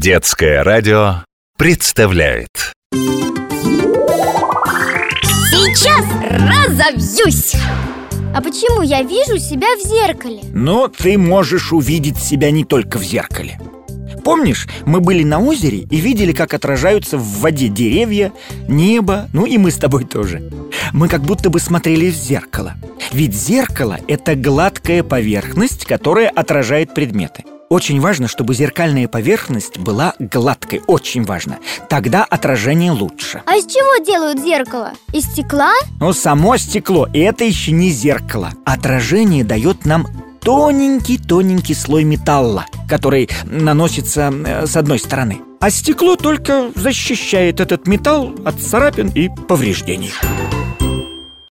Детское радио представляет. Сейчас разовьюсь! А почему я вижу себя в зеркале? Но ты можешь увидеть себя не только в зеркале. Помнишь, мы были на озере и видели, как отражаются в воде деревья, небо, ну и мы с тобой тоже. Мы как будто бы смотрели в зеркало. Ведь зеркало – это гладкая поверхность, которая отражает предметы. Очень важно, чтобы зеркальная поверхность была гладкой, очень важно. Тогда отражение лучше. А из чего делают зеркало? Из стекла? Но само стекло – это еще не зеркало. Отражение дает нам тоненький слой металла, который наносится с одной стороны. А стекло только защищает этот металл от царапин и повреждений.